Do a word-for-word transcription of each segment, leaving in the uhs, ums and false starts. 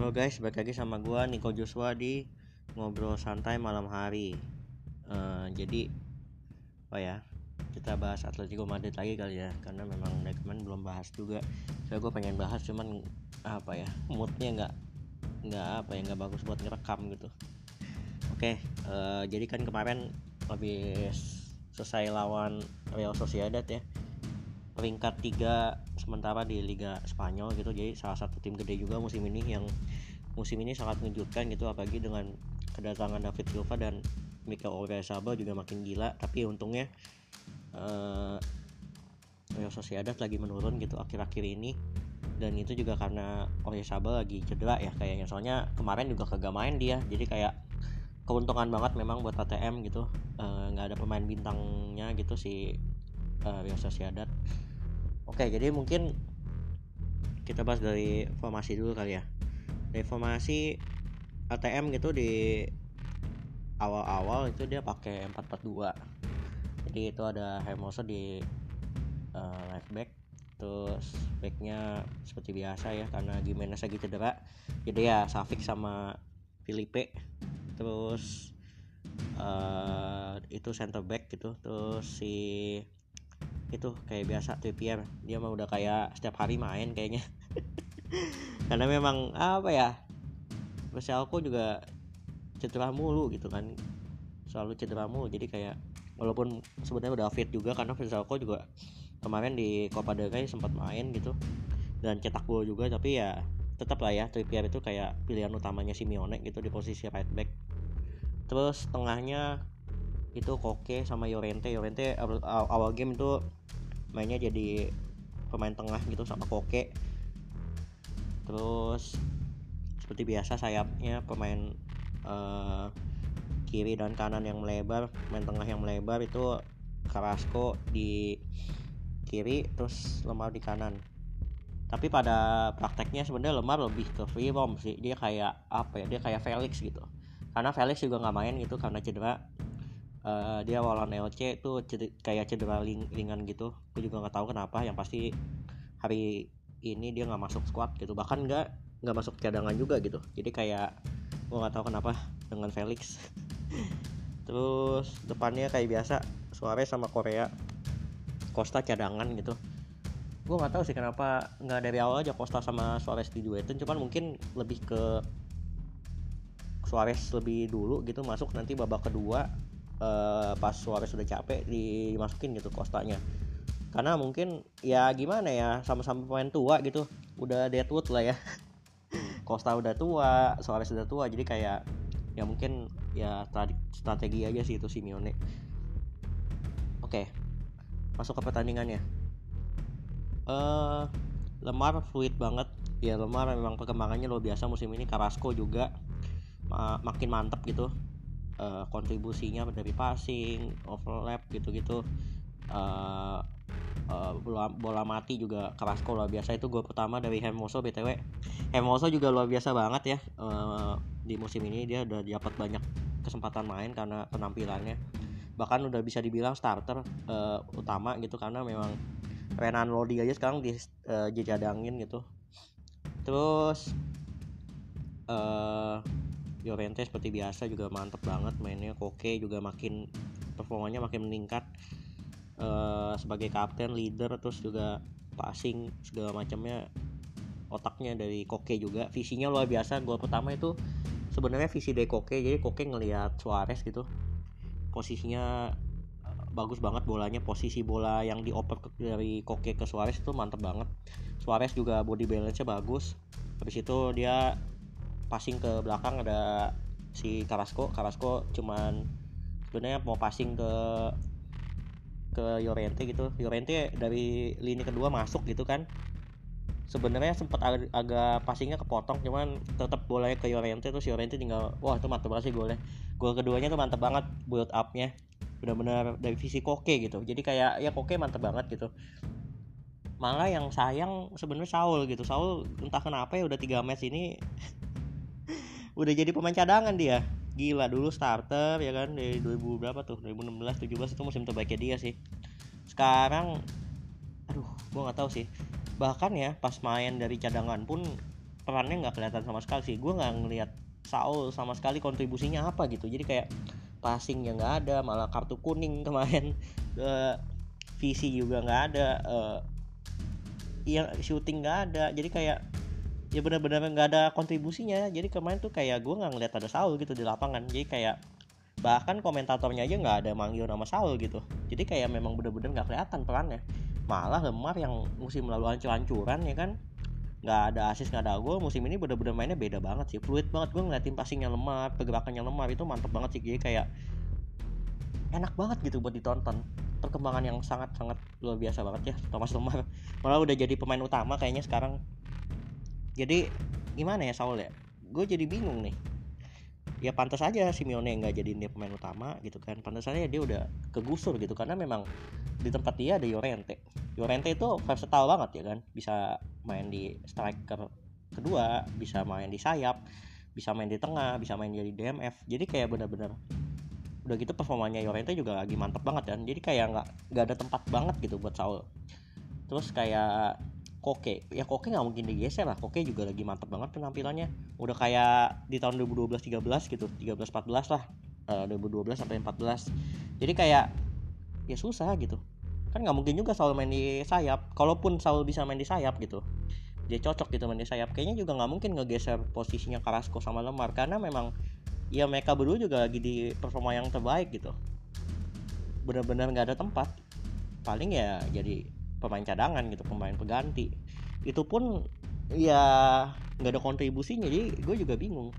Halo guys, balik lagi sama gua Niko Joshua di ngobrol santai malam hari. Eh, jadi apa ya? Kita bahas Atletico Madrid lagi kali ya, karena memang dari kemarin belum bahas juga. Saya gue pengen bahas, cuman apa ya? Moodnya nggak nggak apa ya nggak bagus buat ngerekam gitu. Oke, eh, jadi kan kemarin habis selesai lawan Real Sociedad ya, peringkat tiga sementara di Liga Spanyol gitu. Jadi salah satu tim gede juga musim ini, yang musim ini sangat mengejutkan gitu, apalagi dengan kedatangan David Silva dan Mikel Oyarzabal juga makin gila. Tapi untungnya uh, Real Sociedad lagi menurun gitu akhir-akhir ini, dan itu juga karena Oyarzabal lagi cedera ya kayaknya, soalnya kemarin juga kagak main dia. Jadi kayak keuntungan banget memang buat A T M gitu, nggak uh, ada pemain bintangnya gitu si uh, Real Sociedad. Oke, jadi mungkin kita bahas dari formasi dulu kali ya. Dari formasi A T M gitu, di awal-awal itu dia pakai empat empat dua. Jadi itu ada Hermoso di uh, left back, terus backnya seperti biasa ya karena Gimenez lagi cedera, jadi ya Savic sama Felipe. Terus uh, itu center back gitu, terus si itu kayak biasa Trippier, dia mah udah kayak setiap hari main kayaknya. Karena memang apa ya, Bersalco juga cedera mulu gitu kan, selalu cedera mulu. Jadi kayak walaupun sebenarnya udah fit juga, karena Bersalco juga kemarin di Copa del Rey sempat main gitu dan cetak gol juga, tapi ya tetap lah ya Trippier itu kayak pilihan utamanya Simeone gitu di posisi right back. Terus tengahnya itu Koke sama Llorente. Llorente awal, awal game itu mainnya jadi pemain tengah gitu sama Koke. Terus seperti biasa sayapnya pemain uh, kiri dan kanan yang melebar, main tengah yang melebar itu Carrasco di kiri, terus Lemar di kanan. Tapi pada prakteknya sebenarnya Lemar lebih ke free roam sih, dia kayak apa ya, dia kayak Felix gitu. Karena Felix juga nggak main gitu karena cedera. Uh, dia lawan L C itu cedera, kayak cedera ringan gitu. Gue juga nggak tahu kenapa. Yang pasti hari ini dia nggak masuk squad gitu, bahkan nggak nggak masuk cadangan juga gitu. Jadi kayak gue nggak tahu kenapa dengan Felix. Terus depannya kayak biasa Suarez sama Korea, Costa cadangan gitu. Gue nggak tahu sih kenapa nggak dari awal aja Costa sama Suarez diduetin, cuman mungkin lebih ke Suarez lebih dulu gitu masuk, nanti babak kedua uh, pas Suarez sudah capek dimasukin gitu Costanya. Karena mungkin ya gimana ya, sama-sama pemain tua gitu, udah deadwood lah ya. Costa udah tua, Suarez udah tua, jadi kayak ya mungkin ya strategi aja sih itu Simeone. Oke, masuk ke pertandingannya. Uh, Lemar fluid banget ya, Lemar memang perkembangannya luar biasa musim ini. Carrasco juga ma- makin mantap gitu, uh, kontribusinya dari passing, overlap gitu-gitu. Uh, uh, bola, bola mati juga Carrasco luar biasa. Itu gol pertama dari Hermoso B T W. Hermoso juga luar biasa banget ya, uh, di musim ini dia udah dapat banyak kesempatan main karena penampilannya, bahkan udah bisa dibilang starter uh, utama gitu, karena memang Renan Lodi aja sekarang di uh, dijadangin gitu. Terus uh, Llorente seperti biasa juga mantep banget mainnya. Koke juga makin performanya makin meningkat uh, sebagai kapten, leader, terus juga passing segala macamnya, otaknya dari Koke juga. Visinya luar biasa. Gol pertama itu sebenarnya visi dari Koke. Jadi Koke ngelihat Suarez gitu, posisinya bagus banget bolanya, posisi bola yang dioper dari Koke ke Suarez itu mantep banget. Suarez juga body balance-nya bagus. Habis itu dia passing ke belakang, ada si Carrasco. Carrasco cuman sebenarnya mau passing ke ke Llorente gitu. Llorente dari lini kedua masuk gitu kan. Sebenarnya sempat ag- agak passingnya kepotong, cuman tetap bolanya ke Llorente, terus Llorente tinggal, wah itu mantep banget sih golnya. Gol keduanya tuh mantep banget build up-nya, benar-benar dari visi Koke gitu. Jadi kayak ya Koke mantep banget gitu. Malah yang sayang sebenarnya Saul gitu. Saul entah kenapa ya udah tiga match ini udah jadi pemain cadangan dia. Gila, dulu starter ya kan dari dua ribu berapa tuh? dua ribu enam belas tujuh belas itu musim terbaiknya dia sih. Sekarang aduh, gua enggak tahu sih. Bahkan ya pas main dari cadangan pun perannya nggak kelihatan sama sekali sih. Gue nggak ngelihat Saul sama sekali kontribusinya apa gitu. Jadi kayak passingnya nggak ada, malah kartu kuning kemarin. uh, visi juga nggak ada, uh, yang shooting nggak ada. Jadi kayak ya benar-benar nggak ada kontribusinya. Jadi kemarin tuh kayak gue nggak ngeliat ada Saul gitu di lapangan. Jadi kayak bahkan komentatornya aja nggak ada manggil nama Saul gitu. Jadi kayak memang benar-benar nggak kelihatan perannya. Malah Lemar yang musim lalu hancur-hancuran ya kan, nggak ada assist, nggak ada gol, musim ini benar-benar mainnya beda banget sih. Fluid banget, gue ngeliatin passingnya Lemar, pergerakannya Lemar itu mantep banget sih. Jadi kayak enak banget gitu buat ditonton. Perkembangan yang sangat-sangat luar biasa banget ya Thomas Lemar. Malah udah jadi pemain utama kayaknya sekarang. Jadi gimana ya Saul ya, gue jadi bingung nih. Ya pantas aja Simeone nggak jadiin dia pemain utama gitu kan, pantas aja dia udah kegusur gitu, karena memang di tempat dia ada Llorente. Llorente itu versatile banget ya kan, bisa main di striker kedua, bisa main di sayap, bisa main di tengah, bisa main jadi D M F. Jadi kayak benar-benar udah gitu performanya Llorente juga lagi mantep banget kan. Jadi kayak nggak nggak ada tempat banget gitu buat Saul. Terus kayak Koke, ya Koke nggak mungkin digeser lah. Koke juga lagi mantep banget penampilannya. Udah kayak di tahun dua ribu dua belas tiga belas gitu, tiga belas empat belas lah, uh, dua ribu dua belas sampai empat belas. Jadi kayak ya susah gitu. Kan nggak mungkin juga Saul main di sayap. Kalaupun Saul bisa main di sayap gitu, dia cocok gitu main di sayap. Kayaknya juga nggak mungkin ngegeser posisinya Carrasco sama Lemar, karena memang ya mereka berdua juga lagi di performa yang terbaik gitu. Benar-benar nggak ada tempat. Paling ya jadi pemain cadangan gitu, pemain pengganti. Itu pun ya nggak ada kontribusinya. Jadi gue juga bingung.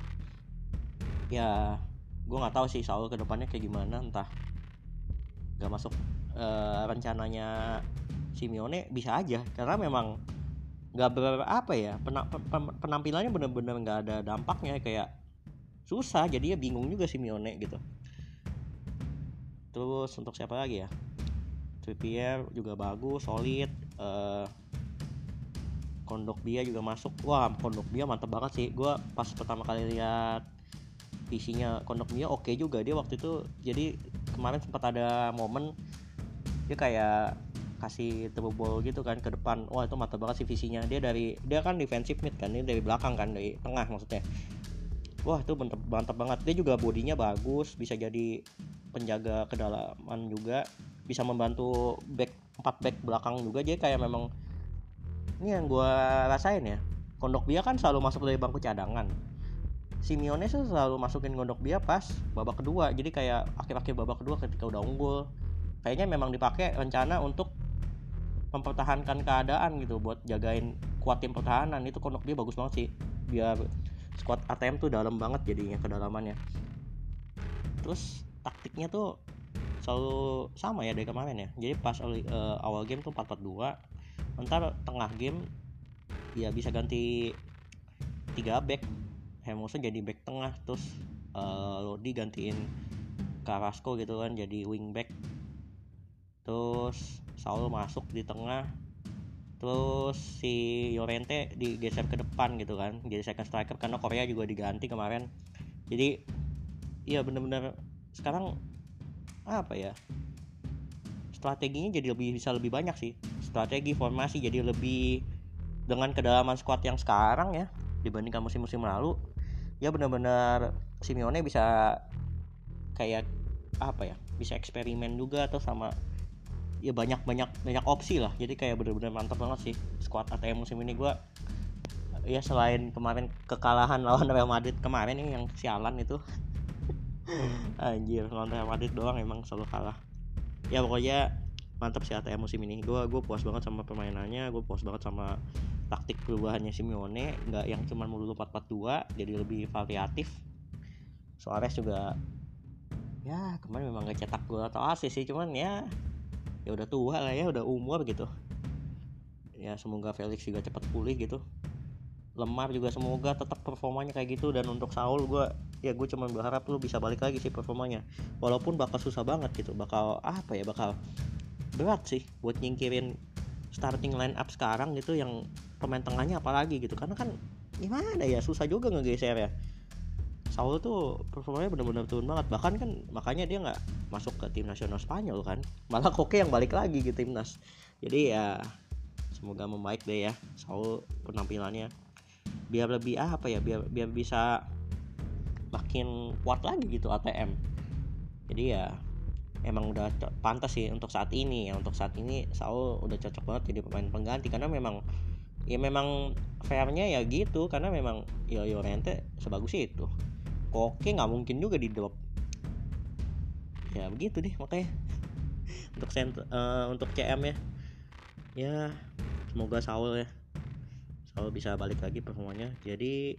Ya gue nggak tahu sih Saul kedepannya kayak gimana, entah nggak masuk uh, rencananya Simeone bisa aja, karena memang nggak ber apa ya penampilannya benar-benar nggak ada dampaknya, kayak susah. Jadi ya bingung juga Simeone gitu. Terus untuk siapa lagi ya, Trippier juga bagus, solid. uh, Kondogbia juga masuk. Wah, Kondogbia mantep banget sih. Gue pas pertama kali lihat visinya Kondogbia oke juga dia waktu itu. Jadi kemarin sempat ada momen dia kayak kasih terbobol gitu kan ke depan. Wah, itu mantep banget sih visinya. Dia dari dia kan defensive mid kan, dia dari belakang kan, dari tengah maksudnya. Wah, itu mantep, mantep banget. Dia juga bodinya bagus, bisa jadi penjaga kedalaman juga, bisa membantu back empat back belakang juga. Jadi kayak memang ini yang gue rasain ya, Kondogbia kan selalu masuk dari bangku cadangan. Simeone tuh selalu masukin Kondogbia pas babak kedua. Jadi kayak akhir-akhir babak kedua ketika udah unggul, kayaknya memang dipakai rencana untuk mempertahankan keadaan gitu, buat jagain kuat tim pertahanan. Itu Kondogbia bagus banget sih, biar squad A T M tuh dalam banget jadinya kedalamannya. Terus taktiknya tuh selalu sama ya dari kemarin ya. Jadi pas uh, awal game tuh empat empat dua, ntar tengah game ya bisa ganti tiga back, Hermoso jadi back tengah, terus uh, Lodi gantiin Carrasco gitu kan jadi wing back, terus Saul masuk di tengah, terus si Llorente digeser ke depan gitu kan, jadi second striker karena Korea juga diganti kemarin. Jadi iya bener-bener sekarang apa ya, strateginya jadi lebih bisa lebih banyak sih, strategi formasi jadi lebih dengan kedalaman squad yang sekarang ya dibandingkan musim-musim lalu. Ya benar-benar Simeone bisa kayak apa ya, bisa eksperimen juga atau sama ya banyak-banyak banyak opsi lah. Jadi kayak benar-benar mantap banget sih squad A T M musim ini. Gue ya selain kemarin kekalahan lawan Real Madrid kemarin ini yang sialan itu anjir, lawan Real Madrid doang emang selalu kalah. Ya pokoknya mantap sih A T M musim ini. Gue gue puas banget sama permainannya, gue puas banget sama taktik perubahannya Simeone, nggak yang cuma melulu empat empat dua, jadi lebih variatif. Suarez juga ya kemarin memang gak cetak gol atau asis sih, cuman ya ya udah tua lah ya, udah umur gitu. Ya semoga Felix juga cepat pulih gitu. Lemar juga semoga tetap performanya kayak gitu. Dan untuk Saul gue ya gue cuma berharap lu bisa balik lagi sih performanya, walaupun bakal susah banget gitu, bakal apa ya, bakal berat sih buat nyingkirin starting line up sekarang gitu, yang pemain tengahnya apalagi gitu, karena kan gimana ya, susah juga ngegeser ya. Saul tuh performanya benar-benar turun banget, bahkan kan makanya dia nggak masuk ke tim nasional Spanyol kan, malah Koke yang balik lagi ke timnas. Jadi ya semoga membaik deh ya Saul penampilannya. biar lebih apa ya biar biar bisa makin kuat lagi gitu A T M. Jadi ya emang udah co- pantas sih untuk saat ini ya, untuk saat ini Saul udah cocok banget jadi pemain pengganti karena memang ya memang fairnya ya gitu, karena memang ya Llorente sebagus itu, Koke nggak mungkin juga di drop ya, begitu deh makanya untuk sent uh, untuk C M ya ya semoga Saul ya Saul bisa balik lagi performanya. Jadi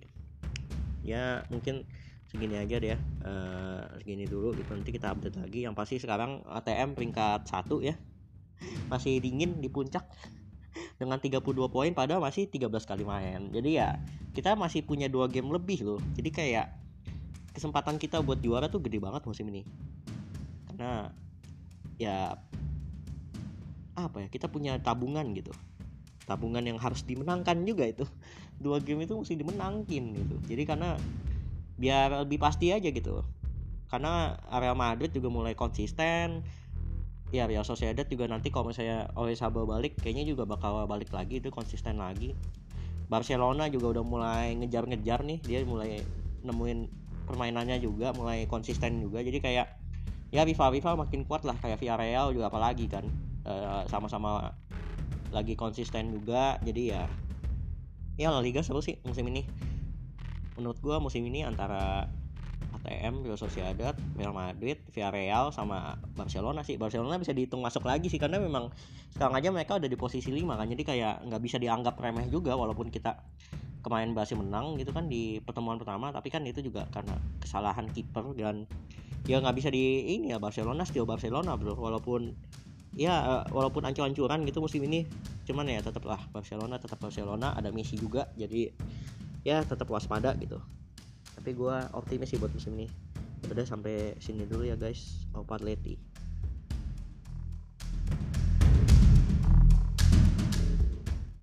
ya mungkin segini aja deh ya, uh, segini dulu gitu, nanti kita update lagi. Yang pasti sekarang A T M peringkat satu ya, masih dingin di puncak dengan tiga puluh dua poin padahal masih tiga belas kali main. Jadi ya kita masih punya dua game lebih loh, jadi kayak kesempatan kita buat juara tuh gede banget musim ini, karena ya apa ya, kita punya tabungan gitu, tabungan yang harus dimenangkan juga itu. Dua game itu mesti dimenangin gitu. Jadi karena biar lebih pasti aja gitu, karena Real Madrid juga mulai konsisten ya, Real Sociedad juga nanti kalau misalnya Oyarzabal balik kayaknya juga bakal balik lagi, itu konsisten lagi. Barcelona juga udah mulai ngejar-ngejar nih, dia mulai nemuin permainannya juga, mulai konsisten juga. Jadi kayak ya rival-rival makin kuat lah, kayak Villarreal juga apalagi kan, e, sama-sama lagi konsisten juga. Jadi ya ya La Liga seru sih musim ini menurut gue. Musim ini antara A T M, Real Sociedad, Real Madrid, Villarreal sama Barcelona sih. Barcelona bisa dihitung masuk lagi sih, karena memang sekarang aja mereka udah di posisi lima kan, jadi kayak nggak bisa dianggap remeh juga walaupun kita kemarin berhasil menang gitu kan di pertemuan pertama, tapi kan itu juga karena kesalahan kiper dan ya nggak bisa di ini ya, Barcelona still Barcelona bro, walaupun ya walaupun ancur-ancuran gitu musim ini, cuman ya tetaplah Barcelona tetap Barcelona, ada Messi juga, jadi ya tetap waspada gitu. Tapi gue optimis sih buat musim ini. Udah sampai sini dulu ya guys, Opat Leti.